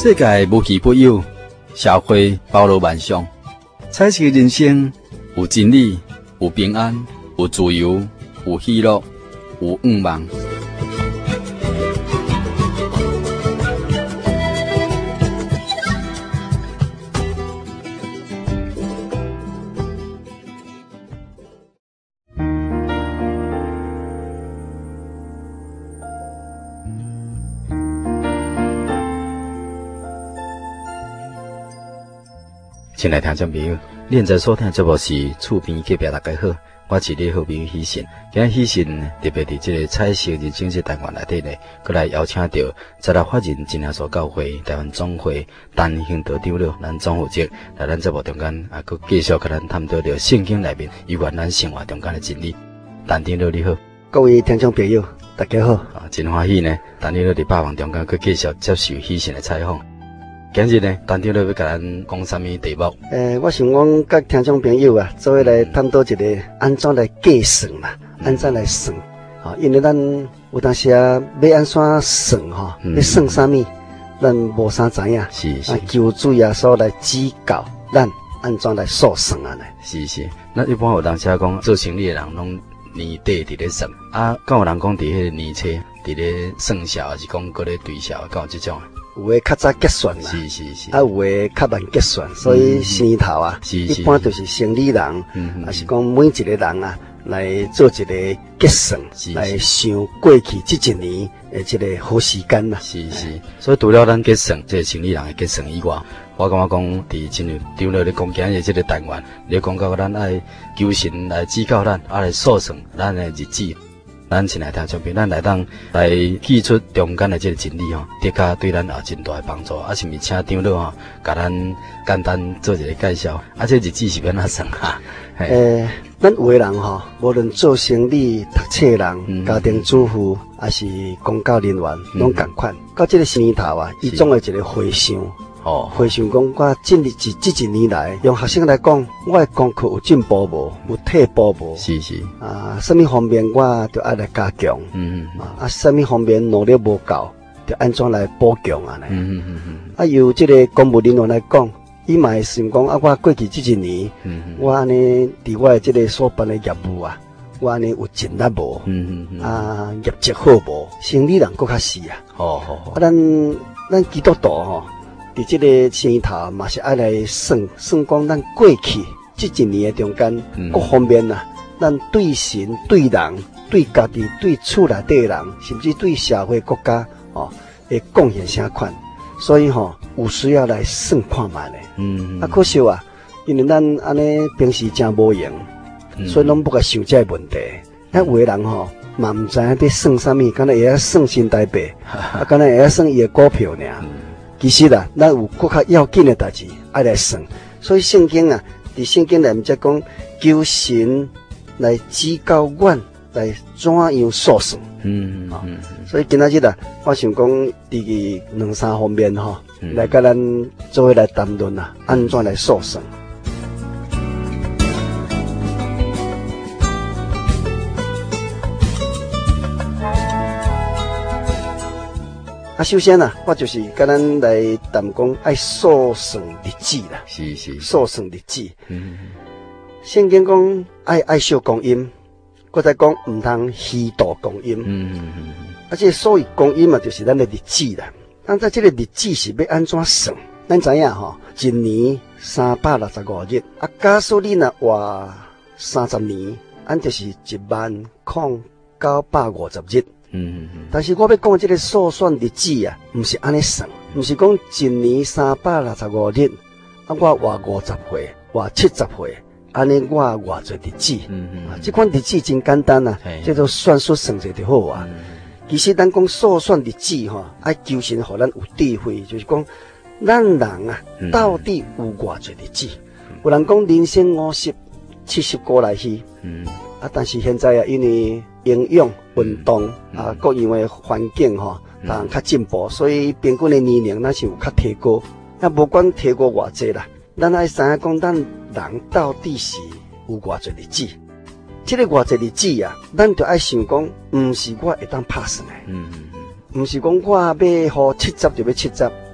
世界无奇不有，社会包罗万象。彩色人生有真理，有平安，有自由，有喜乐，有愿望。亲爱的听众朋友，你现在所听的节目是《厝边隔壁大家好》，我是你好朋友喜信。今日喜信特别伫这个彩色人生这单元内底呢，过来邀请到在来法人真耶稣教会台湾总会陈兴德长老咱总负责来咱节目中间佫继续甲咱探讨着圣经内面有关咱生活中间的真理。陈长老你好， 各位听众朋友大家好。 真欢喜呢，陈长老伫百忙中间佫继续接受喜信的采访。今日呢，陈长老要甲咱讲什么题目？ 我想讲甲听众朋友做伙来探讨一个安怎来计算啦，安怎来算。因为咱有当时要安怎算要算啥物，咱无啥知影。 是。 求主耶稣来指教咱安怎来数算啊呢？ 是。那一般有当时讲做生意的人拢年底伫咧算，敢有人讲伫迄个年初伫咧算数，还是讲搁咧对数，敢有这种？ 有诶较早结算啦， 是， 有诶较慢结算，所以先头一般就是生理人，还是讲每一个人来做一个结算，来想过去这一年诶这个好时间啦。 是，所以除了咱结算，这个生理人诶结算以外，我感觉讲伫真有长老咧讲今日这个单元，咧讲到咱爱求神来指教咱，来数算咱诶日子。咱亲爱听众朋友，咱来当来记出中间的这个真理的确对咱有真大的帮助。是毋是请长老甲咱简单做一个介绍？这日子是要哪算啊？ 咱有的人无论做生意、读册的人、家庭主妇，还是公教人员，拢同款。到这个年头伊总会一个回想。回想讲，我这一年来，用学生来讲，我的功课有进步无？有退步无？ 是。 什么方面我就爱来加强。什么方面努力无够，就安怎来补强啊呢？由这个公务人员来讲，伊嘛会想讲我过去这一年，我安尼伫我的这个所办的业务我安尼有尽力无？业绩好无？生理人搁较是咱基督徒伫这个先头嘛是爱来算讲咱过去这一年的中间各方面咱对神、对人、对家己、对厝内底的人，甚至对社会国家会贡献啥款，所以有需要来算看卖咧。可惜因为咱安尼平时真无用，所以拢不该想这个问题。有的人嘛唔知影要算啥物，敢若会晓算新台币，敢若会晓算伊的股票尔。其实咱有更较要紧的代志爱来算，所以圣经伫圣经内面则讲求神来指教阮来怎样数算。所以今仔日我想讲伫两三方面来甲咱做伙来谈论安怎来数算。首先我就是跟咱来谈讲爱数算日子啦。 是。 数算日子。圣经讲爱惜光阴，搁再讲唔通虚度光阴。这所谓光阴就是咱的日子啦。咱在这个日子是要安怎算？咱知影一年365日，假使你若活30年，咱就是10950日。但是我要讲这个数算日子不是安尼算，不是讲一年365日，我活50岁，活70岁，安尼我活做日子。这款日子真简单叫做算术算者就好其实咱讲数算日子爱求神互咱有智慧，就是讲咱人到底有偌侪日子？有人讲人生50、70过来去。但是现在因为营养、运动各样的环境人较进步，所以平均的年龄咱是有较提高。无管提高偌济啦，咱爱知影讲咱人到底是有偌侪日子。这个偌侪日子咱就爱想讲，不是我会当 pass 呢。不是讲我要好70就要70，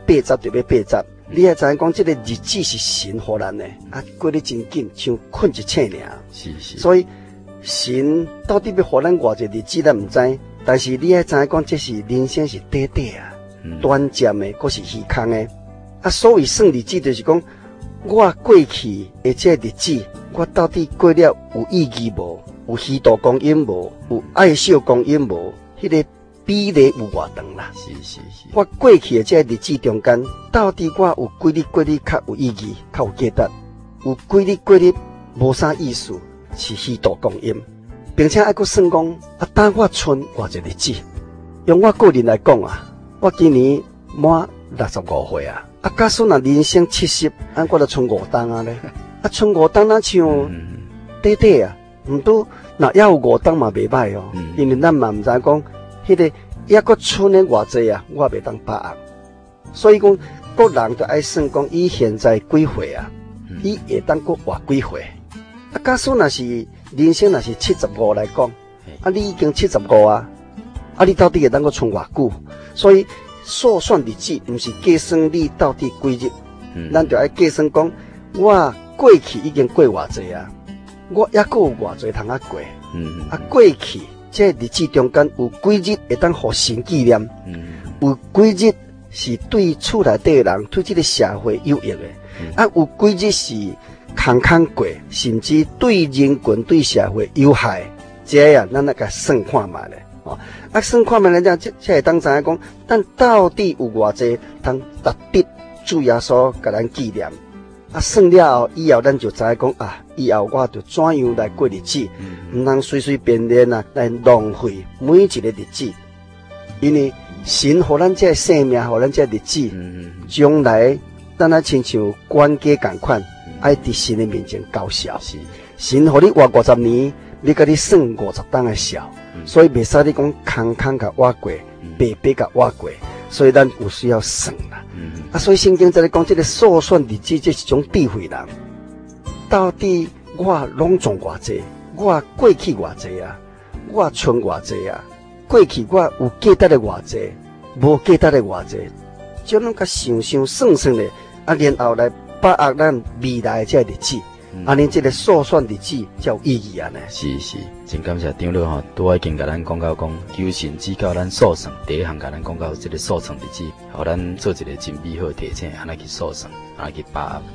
八十就要八十。你也知影讲，这个日子是神予咱的，过得真紧，像困一醒尔。 是。所以神到底要予咱偌济日子，咱唔知。但是你也知影讲，这是人生是短短啊，短暂的，佫是虚空的。所谓算日子，就是讲我过去的这日子，我到底过了有意义无？有虚度光阴无？有爱惜光阴无？迄个比例有偌长啦？ 是。 我过去的这日子中间，到底我有几日过日较有意义，较有价值？有几日过日无啥意思，是虚度光阴，并且还佫算讲等我剩偌济日子。用我个人来讲啊，我今年满65岁啊。假使若人生70，我就剩5档啊咧。剩5档哪像短短啊？毋拄若还有5档嘛袂歹哦。因为咱嘛毋知讲，迄个还佫剩的偌济啊，我袂当把握。所以讲，个人就爱算讲，伊现在几岁啊？伊会当佫活几岁？假使若是人生若是75来讲，你已经75啊，你到底会当佫剩偌久？所以数算日子，毋是计算你到底几日，咱就爱计算讲，我过去已经过偌济啊，我还佫有偌济通过。过去这日子中间有几日会当互神纪念，有几日是对厝内底的人、对这个社会有益的，有几日是空过，甚至对人群、对社会有害。这样咱来甲算看卖咧。算看卖咧，才会当知影讲，咱到底有偌济通值得主耶稣甲咱纪念。算了后，以后咱就知影讲以后我就怎样来过日子，毋通随随便便来浪费每一个日子。因为神予咱这生命，予咱这日子，将来咱亲像管家共款，爱伫神的面前交孝。神予你活50年，要甲你算50档的孝。所以袂使你讲空甲活过，白白甲活过，所以咱有需要算啦。所以圣经在咧讲，这个数算日子，这是种智慧人。到底我拢总偌济？我过去偌济啊？我剩偌济啊？过去我有价值的偌济？无价值的偌济？就拢甲想算咧，然后来把握咱未来的这日子。安尼，这个数算日子才有意义啊呢。 是，真感谢长老吼，拄已经甲咱讲到讲，求神指教咱数算，第一项甲咱讲到这个数算日子，互咱做一个真美好的提醒，安尼去数算，安尼去把握。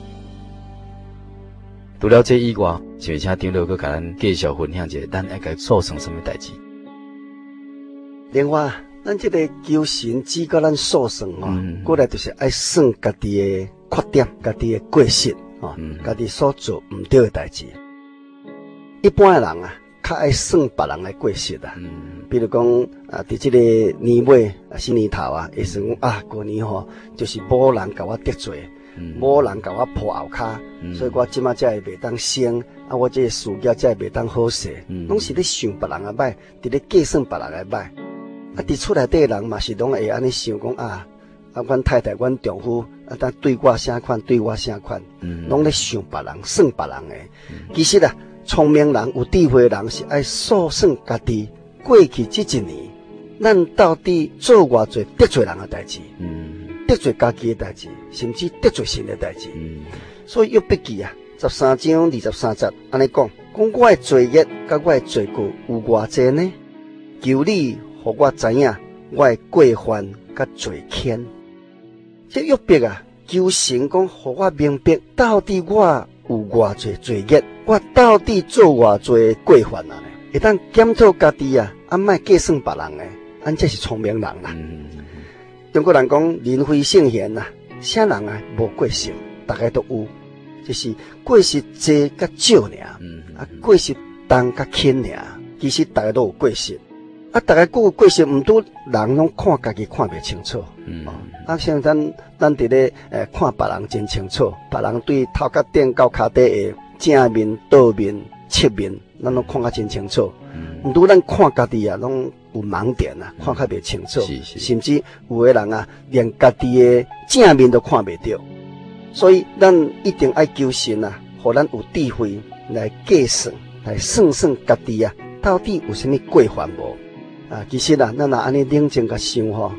除了这以外，想请长老佮甲咱继续分享一下，咱爱该数算什么代志？ 另外，咱这个求神指教咱数算吼，过来就是爱算家己的缺点，家己的过失。家己所做唔对的代志，一般的人较爱算别人的过失啊。比如讲伫这个年尾新年头会算过年就是某人甲我得罪，某人甲我抱后骹，所以我即马才会袂当升，我这个事业才会袂当好势，拢是咧想别人的歹，伫咧计算别人的歹。伫厝内底的人嘛是拢会安尼想讲阮太太、阮丈夫但对我啥款，对我啥款，拢咧想别人，算别人诶。其实聪明人、有智慧的人是爱数算家己过去这一年，咱到底做偌侪得罪人的代志，得罪家己的代志，甚至得罪神的代志。所以约笔记13章23节安尼讲，我的罪孽甲我的罪过有偌济呢？求你互我知影我的过犯甲罪愆。这约笔求神讲，互我明白到底我有偌侪罪孽，我到底做偌侪过犯呢？会当检讨家己莫计算别人诶，这是聪明人啦。中国人讲人非圣贤啥人无过失，大家都有，就是过失多甲少尔，过失重甲轻尔，其实大家都有过失。大家各有过失，毋拄人拢看家己看袂清楚。像咱伫咧看别人真清楚，别人对头壳顶到骹底的正面、倒面、侧面，咱拢看甲真清楚。毋拄咱看家己拢有盲点看较袂清楚，甚至有的人连家己的正面都看袂到。所以咱一定爱求神互咱有智慧来计算，来算算家己到底有啥物过犯无？其实咱若安尼冷静甲想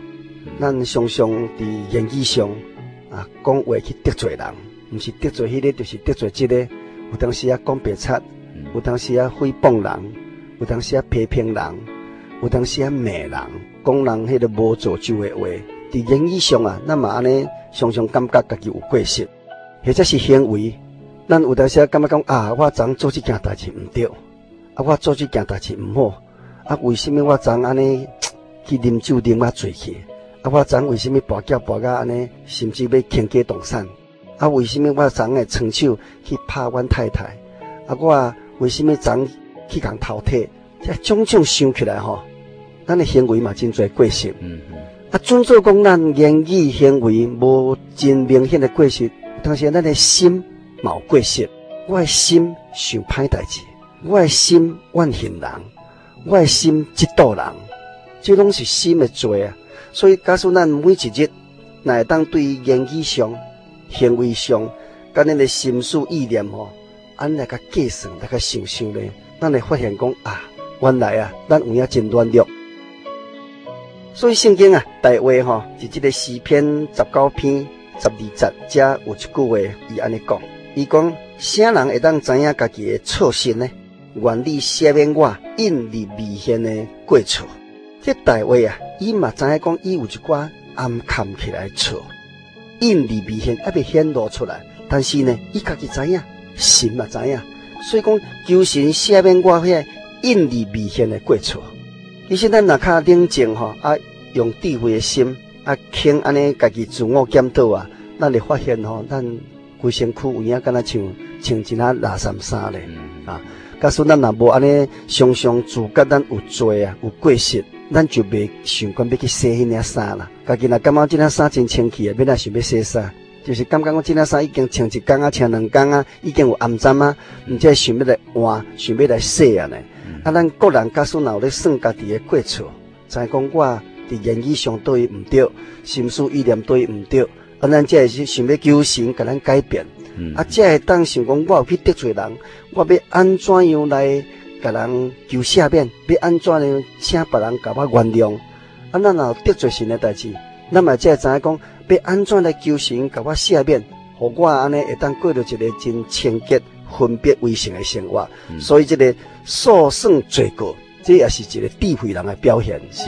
咱常常伫言语上啊讲话去得罪人，毋是得罪迄个，就是得罪这个。有当时啊讲白贼，有当时啊诽谤人，有当时啊批评人，有当时啊骂人，讲人迄个无造就的话。伫言语上啊，咱嘛安尼常常感觉家己有过失，或者是行为，咱有当时啊感觉讲啊，我昨做这件代志毋对，啊，我做这件代志毋好，啊，为什么我昨安尼去啉酒啉啊醉去？啊，我昨为什么跋筊跋到安尼，甚至要倾家动产？啊，为什么我昨会伸手去拍阮太太？啊，我为什么昨去共偷摕？这种种想起来吼，咱的行为嘛真侪过失。啊，准做讲咱言语行为无真明显的过失，但是咱的心嘛有过失。我的心想歹代志，我的心怨恨人，我的心嫉妒人，这拢是心的罪啊。所以，假使咱每一日若会当对言语上、行为上，甲咱的心思意念吼，咱来甲计算，来甲想想咧，咱会发现讲啊，原来啊，咱有影真软弱。所以圣经啊，大话吼，是这个诗篇19篇12节，遮有一句话，伊安尼讲，伊讲啥人会当知影家己的错失呢？愿你赦免我隐匿未显的过错。这大话啊，伊嘛知影讲，伊有一寡暗藏起来错，隐匿未显，还未显露出来。但是呢，伊家己知影，神嘛知影，所以讲求神赦免我遐隐匿未显的过错。其实咱若较冷静吼，啊，用智慧的心，啊，肯安尼家己自我检讨啊，咱会发现吼，咱规身躯有影敢若穿一件垃圾衫咧，啊，假使咱若无安尼常常自觉咱有罪啊，有过失，咱就袂想讲要去洗迄件衫啦。家己若感觉这件衫真清气啊，要来想要洗衫，就是感觉讲这件衫已经穿一天啊，穿两天啊，已经有暗沾啊，毋才想要来换，想要来洗啊呢。啊，咱个人假使若有咧算家己的过错，知讲我伫言语上对伊毋对，心思意念对伊毋对，啊，咱才会是想要求神甲咱改变，啊，才会当想讲我有去得罪人，我要安怎样来甲人求赦免，要安怎样请别人甲我原谅，啊，咱若得罪神的代志，咱嘛才会知影讲要安怎来求神甲我赦免，互我安尼会当过着一个真清洁、分别为圣的生活。所以这个数算罪过，这也是一个智慧人的表现。 是。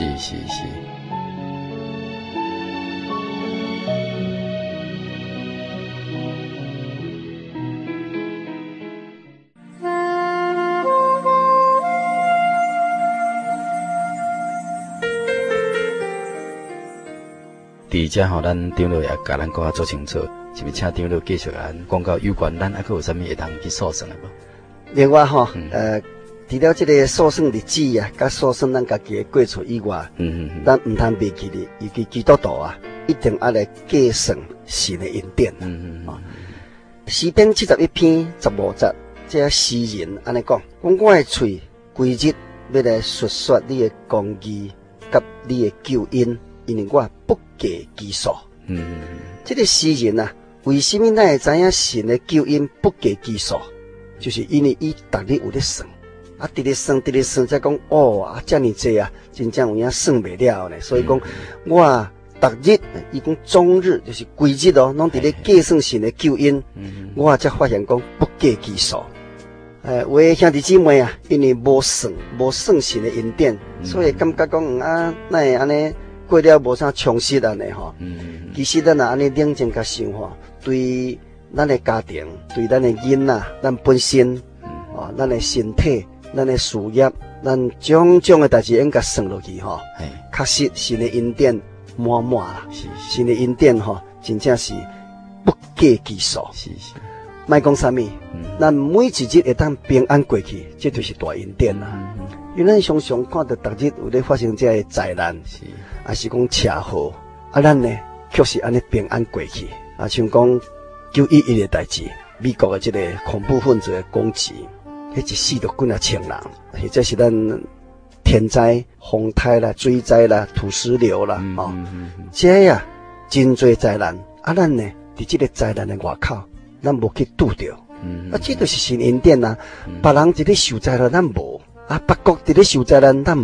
伫遮吼，咱长老也甲咱讲做清楚，是不是请长老继续咱讲到有关咱还佫有啥物会当去诉算的无？ 另外吼，除了这个诉算日子啊，甲诉算咱家己的过错以外，咱毋通忘记的，尤其基督徒啊，一定要来计算神的恩典。诗篇71篇15节，这诗人安尼讲：我的嘴规日要来述说你的公义，甲你的救恩。因为我不计其数。这个诗人啊，为什么咱会知影神的救恩不计其数？就是因为伊逐日有咧算，啊，直咧算，才讲哦，啊，遮尔济啊，真正有影算袂了呢。所以讲，我逐日，伊讲终日就是规日哦，拢直咧计算神的救恩，我才发现讲不计其数。有的兄弟姊妹啊，因为无算神的恩典，所以感觉讲啊，哪会安尼？过了无啥充实安尼吼，其实咱若安尼冷静甲想吼，对咱的家庭、对咱的囡仔、咱本身，咱的身体、咱的事业、咱种种的代志应该算落去吼，确实神的恩典满满啦，神的恩典吼，真正是不计其数。莫讲啥物，咱每一日会当平安过去，这就是大恩典啦。因为咱常常看到逐日有咧发生这个灾难，还是讲车祸，啊，咱呢确实安尼平安过去。啊，像讲911的代志，美国的这个恐怖分子的攻击，迄一死就几啊千人，或者是咱天灾、风灾啦、水灾啦、土石流啦，这呀真多灾难，啊，咱呢伫这个灾难的外口，咱无去拄着，啊，这就是神恩典啊。别人伫咧受灾难，咱无。啊，别国伫咧受灾难，咱无，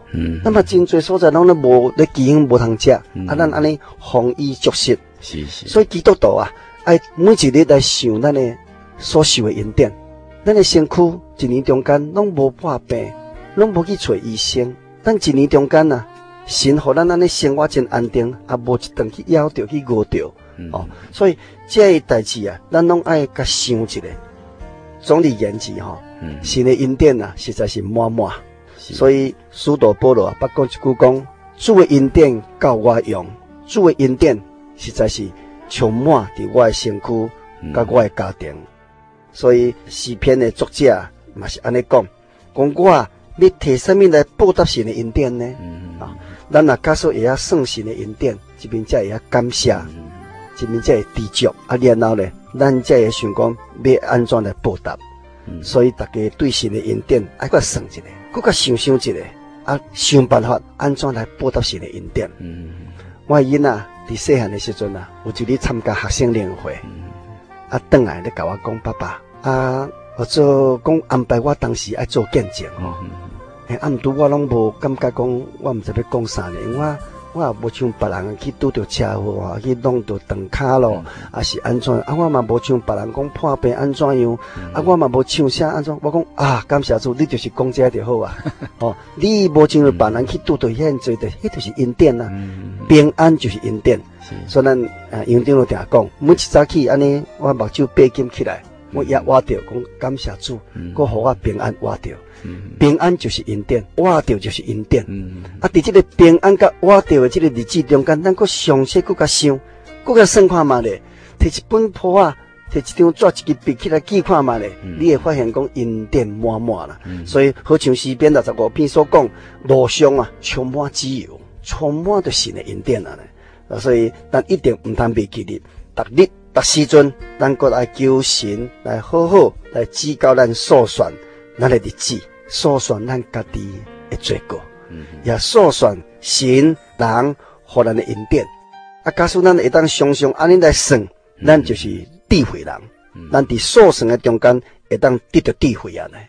那么真侪所在拢咧无咧基因无通食，咱安尼丰衣足食。 是。 所以基督徒啊，爱每一日来想咱的所受的恩典，咱的身躯一年中间拢无破病，拢无去找医生。咱一年中间啊，神互咱安尼生活真安定，也无一顿去枵着去饿着。所以这个代志啊，咱拢爱甲想一下。总而言之神的恩典啊，实在是满满。所以使徒保罗啊，捌讲一句讲：主的恩典够我用，主的恩典实在是充满伫我的身躯，甲我的家庭。所以诗篇的作者嘛是安尼讲，我要摕什么来报答神的恩典呢？咱若假说会晓算神的恩典，这边才会晓感谢，这边才会知足。然后呢，咱才会想讲要安怎来报答。所以大家对神的恩典爱搁算一下，搁较想一下，想办法安怎来报答神的恩典。我囡仔伫细汉的时阵啊，有一日参加学生联会，转来咧甲我讲，爸爸我做讲安排我当时爱做见证。毋拄我拢无感觉讲，我毋知要讲啥呢，因为我也无像别人去拄着车祸去弄着断骹咯，是安怎？我嘛无像别人讲破病安怎样？我嘛无唱啥安怎？我讲感谢主，你就是讲这就好啊。你无像别人去拄着遐济的，迄就是恩典啊。平安就是恩典。所以咱营长就定讲，每一早起安尼，我目睭闭紧起来，我也活着讲感谢主，佮互我平安活着。平安就是恩典，活着就是恩典。伫这个平安甲活着的这个日子中间，咱搁详细搁甲想，搁甲算看嘛咧。摕一本簿啊，摕一张纸，一支笔起来记看嘛咧，你会发现讲恩典满满啦。所以好像诗篇65篇所讲，路上啊充满自由，充满着神的恩典啊咧。所以咱一定毋通袂记哩，逐日逐时阵，咱搁来求神来好好来指教咱数算咱的日子。数算咱家己的罪过，也数算神人互咱的恩典。假使咱会当常常安尼来算，咱就是智慧人。咱伫数算的中间会当得到智慧啊呢。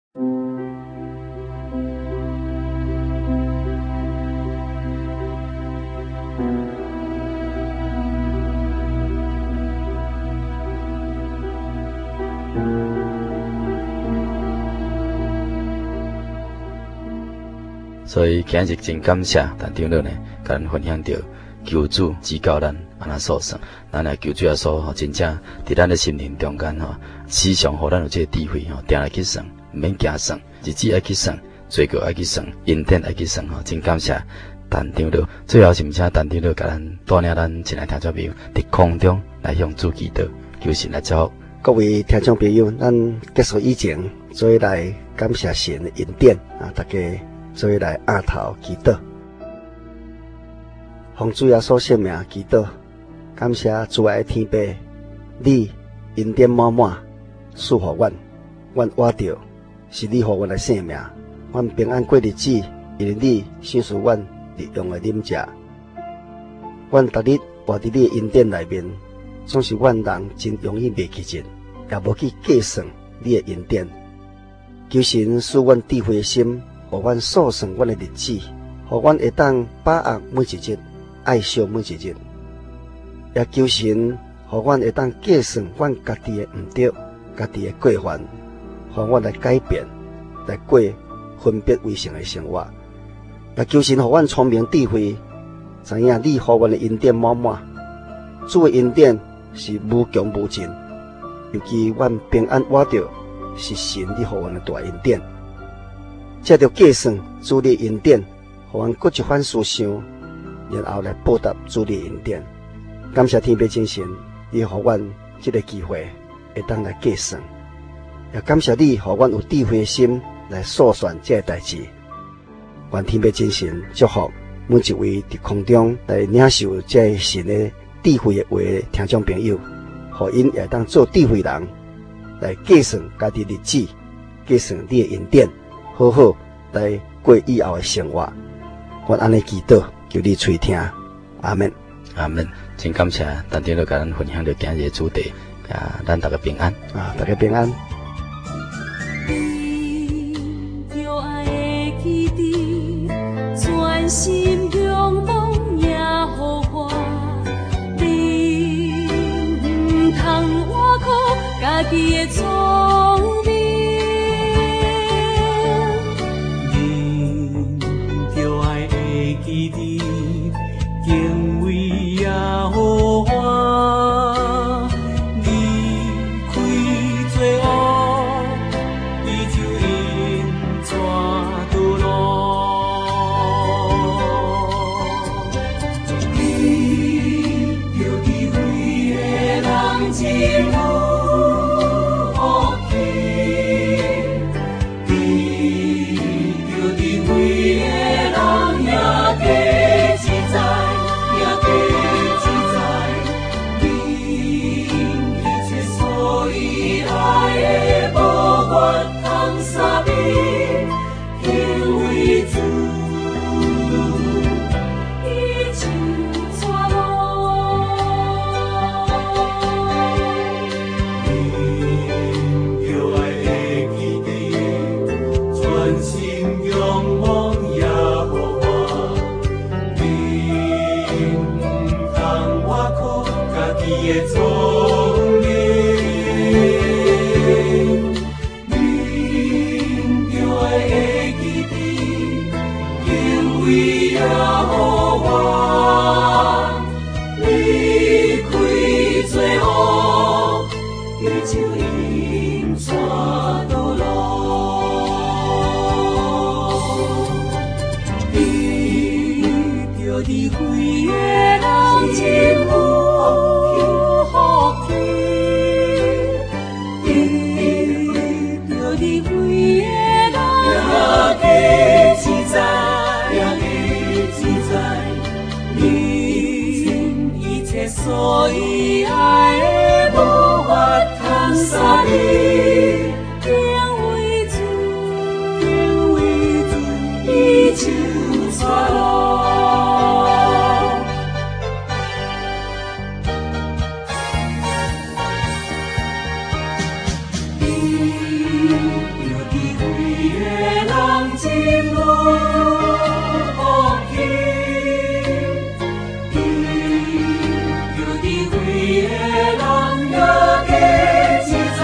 所以今日真感谢陈长老呢，甲咱分享到求主指教咱安怎数算，咱来求主耶稣真正伫咱的心灵中间时常互咱有这个智慧定来去算，毋免惊算，日子爱去算，罪过爱去算，恩典爱去算真感谢陈长老。最后是毋请陈长老甲咱带领咱亲爱听众朋友伫空中来向主祈祷，求神来祝福。 各位听众朋友，咱结束以前，做来感谢神的恩典大家做来压头祈祷，奉主耶稣圣名祈祷，感谢主爱的天父，你恩典满满赐予阮活着是你予阮的性命，阮平安过日子，因为你赏赐阮日用的饮食，阮逐日活伫你的恩典内面，总是阮人真容易袂记得，也无去计算你的恩典，求神赐阮智慧的心。互阮数算阮的日子，互阮会当把握每一日，爱惜每一日。也求神，互阮会当计算阮家己的毋对，家己的过犯，互阮来改变，来过分别为圣的生活。也求神，互阮聪明智慧，知影你互阮的恩典满满，主的恩典是无穷无尽，尤其阮平安活着，是神你互阮的大恩典。借着计算主的恩典，互阮搁一番思想，然后来报答主的恩典。感谢天父真神，你互阮这个机会会当来计算，也感谢你互阮有智慧的心来数算这个代志。愿天父真神祝福每一位伫空中来领受这神的智慧的话的听众朋友，互因也当做智慧人来计算家己日子，计算你的恩典。好好来过以后的生活，我安尼祈祷，求你垂听，阿门， 阿门。真感谢陈长老甲咱分享到今日的主题，咱大家平安， 大家平安。 己的聪明， 人就爱会记得敬畏耶和华，离开罪恶，伊就引带道路。你着智慧的人真有福气，你着智慧的人也加自在，也加自在。你一切所以爱的无怨通三味，因为主已经带路。你就爱会记得，全心仰望耶和华。你唔通挖苦家己的聪明，你就爱会记得敬畏耶和华，离开罪恶，伊就引带道路。你着智慧的人真有福气，你着智慧的人也加自在，也加自在。你一切所以爱的无法通三味，因为主已经带路。你着智慧的人真有福气，你着智慧的人也加自在。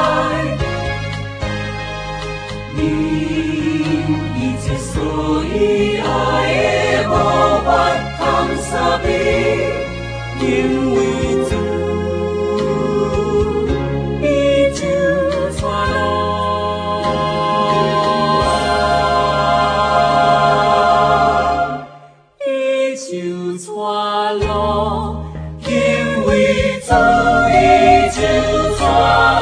你一切所以爱的无法通三味，因为主已经带路。已经带路，因为主已经带路。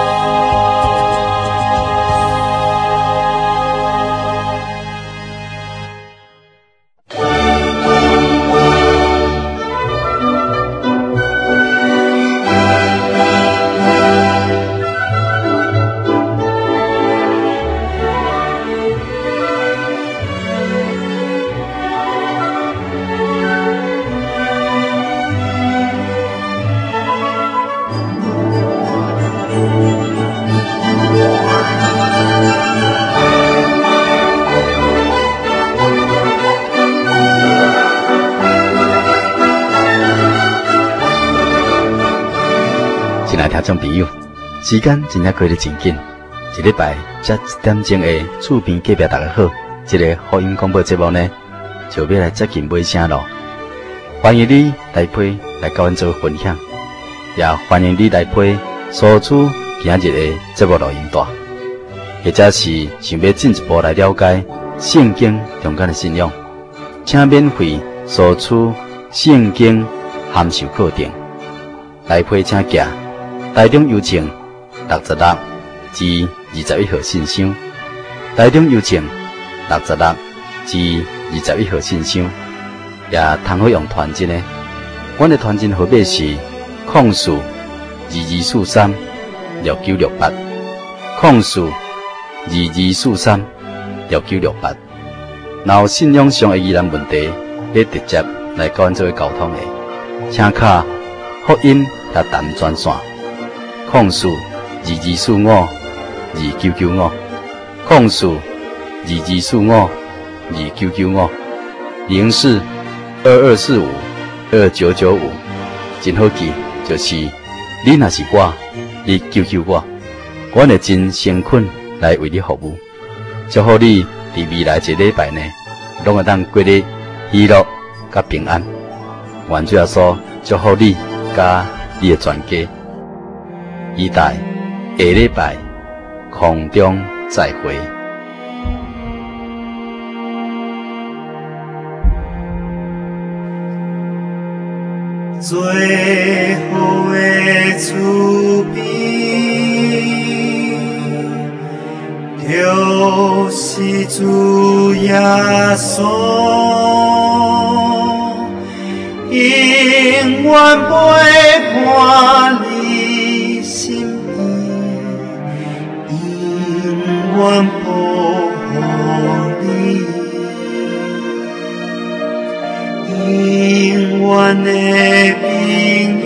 亲爱听众朋友，时间真正过得真紧，一礼拜才1点钟的厝边隔壁大家好，这个福音广播节目呢，就要来接近尾声咯。欢迎你来陪来跟阮做分享，也欢迎你来陪索取今日的节目录音带，或者是想要进一步来了解圣经中间的信仰，请免费索取圣经函授课程，来陪请寄台中邮政66至21号信箱，台中邮政66至21号信箱，也通好用传真的。阮的传真号码是0422436968，0422436968。若有信仰上的疑难问题，要直接来跟阮做沟通的，请卡福音甲谈专线0422452995，0422452995，真好记，就是你若是我， 你救救我，我会真诚恳来为你服务。祝福你伫未来一礼拜呢，拢会当过得喜乐甲平安。愿主耶稣祝福你甲你的全家。期待下礼拜空中再会。 最后的慈悲，就是主耶稣，永远陪伴你身边，永远保护你。永远的朋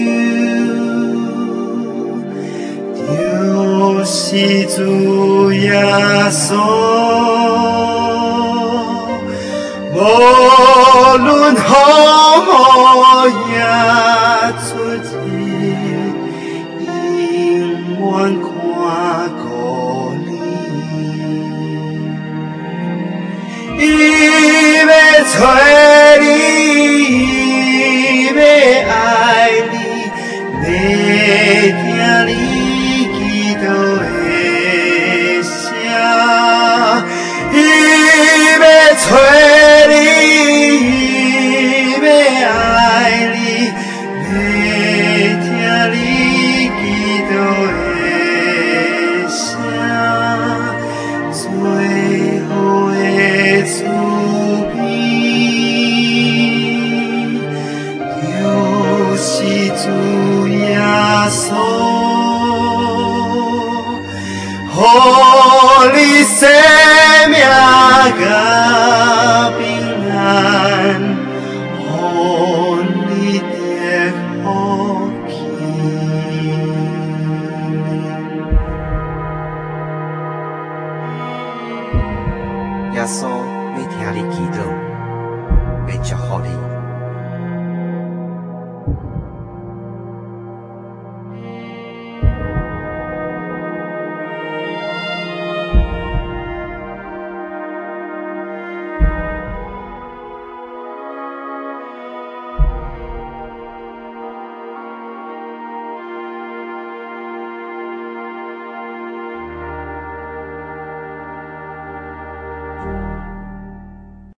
友，就是主耶稣，无论风雨也出日，永远看顾你，伊要找你。爱你，要听你祈祷的声，伊要找你，要爱你，要听你祈祷的声，最后的慈悲。是主耶稣，予你生命甲平安，予你得福气。耶稣要听你祈祷，要祝福你。